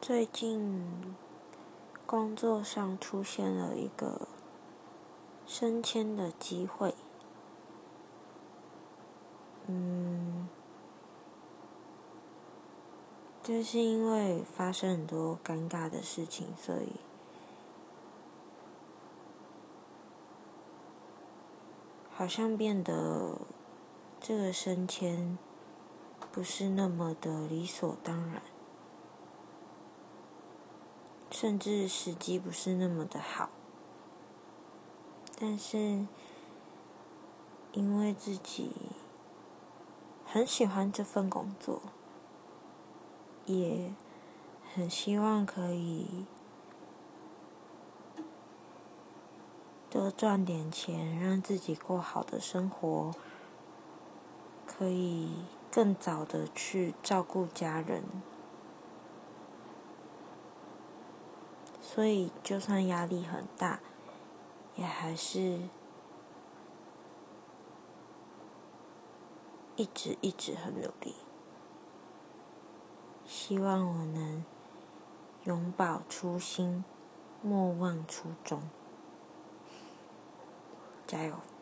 最近工作上出现了一个升迁的机会，就是因为发生很多尴尬的事情，所以好像变得这个升迁不是那么的理所当然，甚至时机不是那么的好。但是因为自己很喜欢这份工作，也很希望可以多赚点钱，让自己过好的生活，可以更早的去照顾家人，所以就算压力很大，也还是一直很努力。希望我能永葆初心，莫忘初衷。加油！